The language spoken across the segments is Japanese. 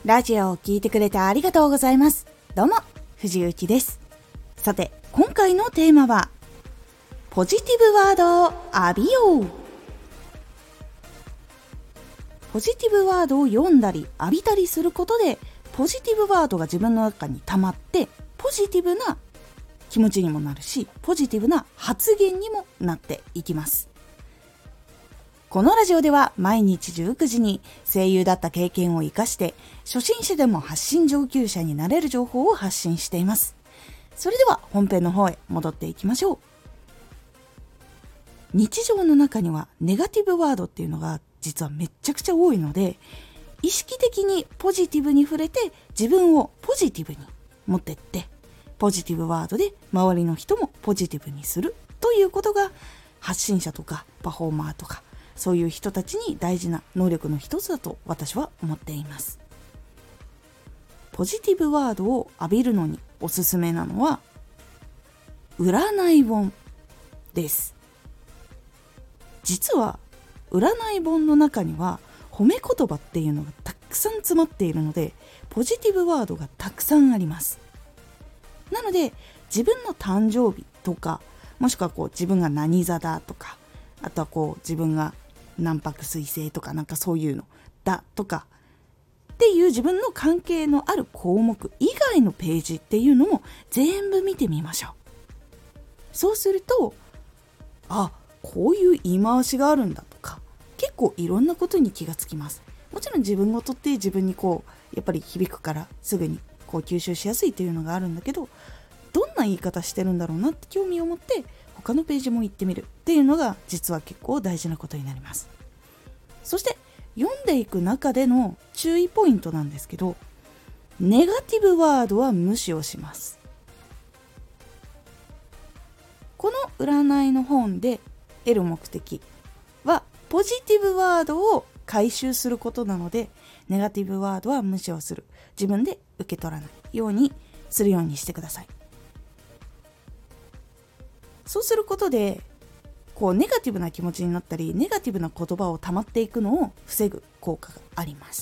ラジオを聞いてくれてありがとうございます。どうも、藤幸です。さて、今回のテーマは、ポジティブワードを浴びよう。ポジティブワードを読んだり浴びたりすることで、ポジティブワードが自分の中に溜まって、ポジティブな気持ちにもなるし、ポジティブな発言にもなっていきます。このラジオでは毎日19時に声優だった経験を生かして初心者でも発信上級者になれる情報を発信しています。それでは本編の方へ戻っていきましょう。日常の中にはネガティブワードっていうのが実はめっちゃくちゃ多いので、意識的にポジティブに触れて自分をポジティブに持ってって、ポジティブワードで周りの人もポジティブにするということが発信者とかパフォーマーとかそういう人たちに大事な能力の一つだと私は思っています。ポジティブワードを浴びるのにおすすめなのは占い本です。実は占い本の中には褒め言葉っていうのがたくさん詰まっているので、ポジティブワードがたくさんあります。なので自分の誕生日とか、もしくは自分が何座だとか、あとは自分が何白水星とかなんかそういうのだとかっていう自分の関係のある項目以外のページっていうのも全部見てみましょう。そうすると、こういう言い回しがあるんだとか、結構いろんなことに気がつきます。もちろん自分ごとって自分にやっぱり響くからすぐに吸収しやすいっていうのがあるんだけど、どんな言い方してるんだろうなって興味を持って他のページも行ってみるっていうのが実は結構大事なことになります。そして読んでいく中での注意ポイントなんですけど、ネガティブワードは無視をします。この占いの本で得る目的はポジティブワードを回収することなので、ネガティブワードは無視をする、自分で受け取らないようにするようにしてください。そうすることでネガティブな気持ちになったり、ネガティブな言葉を溜まっていくのを防ぐ効果があります。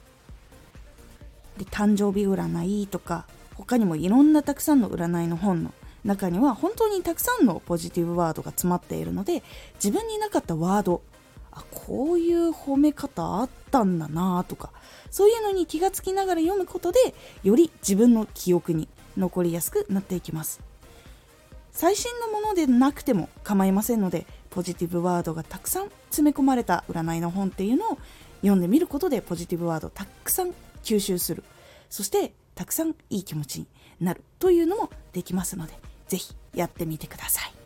で、誕生日占いとか他にもいろんなたくさんの占いの本の中には本当にたくさんのポジティブワードが詰まっているので、自分になかったワード、こういう褒め方あったんだなとか、そういうのに気がつきながら読むことで、より自分の記憶に残りやすくなっていきます。最新のものでなくても構いませんので、ポジティブワードがたくさん詰め込まれた占いの本っていうのを読んでみることで、ポジティブワードをたくさん吸収する、そしてたくさんいい気持ちになるというのもできますので、ぜひやってみてください。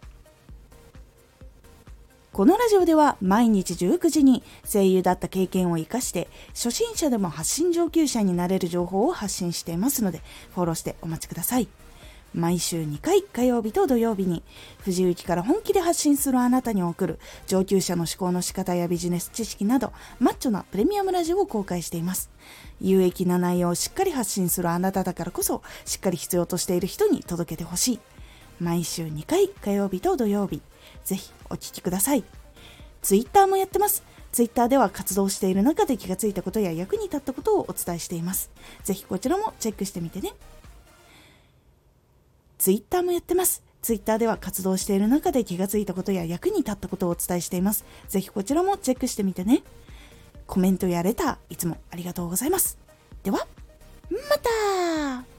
このラジオでは毎日19時に声優だった経験を生かして初心者でも発信上級者になれる情報を発信していますので、フォローしてお待ちください。毎週2回、火曜日と土曜日に藤幸から本気で発信するあなたに送る上級者の思考の仕方やビジネス知識などマッチョなプレミアムラジオを公開しています。有益な内容をしっかり発信するあなただからこそ、しっかり必要としている人に届けてほしい。毎週2回、火曜日と土曜日、ぜひお聞きください。ツイッターもやってます。ツイッターでは活動している中で気がついたことや役に立ったことをお伝えしています。ぜひこちらもチェックしてみてね。ツイッターもやってます。ツイッターでは活動している中で気がついたことや役に立ったことをお伝えしています。ぜひこちらもチェックしてみてね。コメントやレターいつもありがとうございます。では、また。